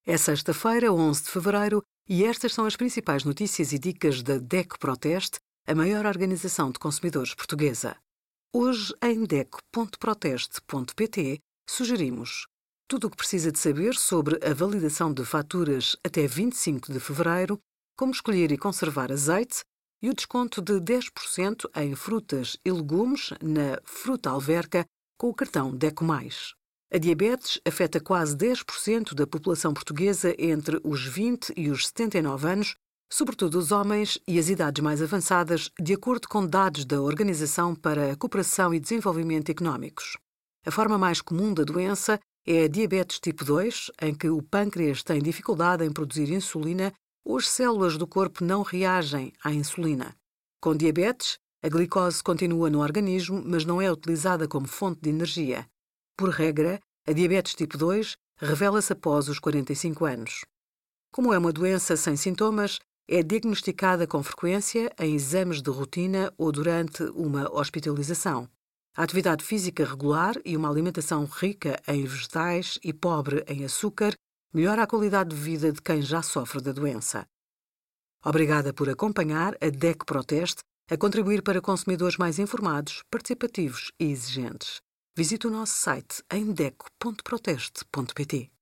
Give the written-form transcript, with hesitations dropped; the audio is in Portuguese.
É sexta-feira, 11 de fevereiro, e estas são as principais notícias e dicas da DECO Proteste, a maior organização de consumidores portuguesa. Hoje, em DECO.proteste.pt, sugerimos tudo o que precisa de saber sobre a validação de faturas até 25 de fevereiro, como escolher e conservar azeite e o desconto de 10% em frutas e legumes na Fruta Alverca com o cartão DECO+. A diabetes afeta quase 10% da população portuguesa entre os 20 e os 79 anos, sobretudo os homens e as idades mais avançadas, de acordo com dados da Organização para a Cooperação e Desenvolvimento Económicos. A forma mais comum da doença é a diabetes tipo 2, em que o pâncreas tem dificuldade em produzir insulina ou as células do corpo não reagem à insulina. Com diabetes, a glicose continua no organismo, mas não é utilizada como fonte de energia. Por regra, a diabetes tipo 2 revela-se após os 45 anos. Como é uma doença sem sintomas, é diagnosticada com frequência em exames de rotina ou durante uma hospitalização. A atividade física regular e uma alimentação rica em vegetais e pobre em açúcar melhora a qualidade de vida de quem já sofre da doença. Obrigada por acompanhar a DECO Proteste a contribuir para consumidores mais informados, participativos e exigentes. Visite o nosso site em deco.proteste.pt.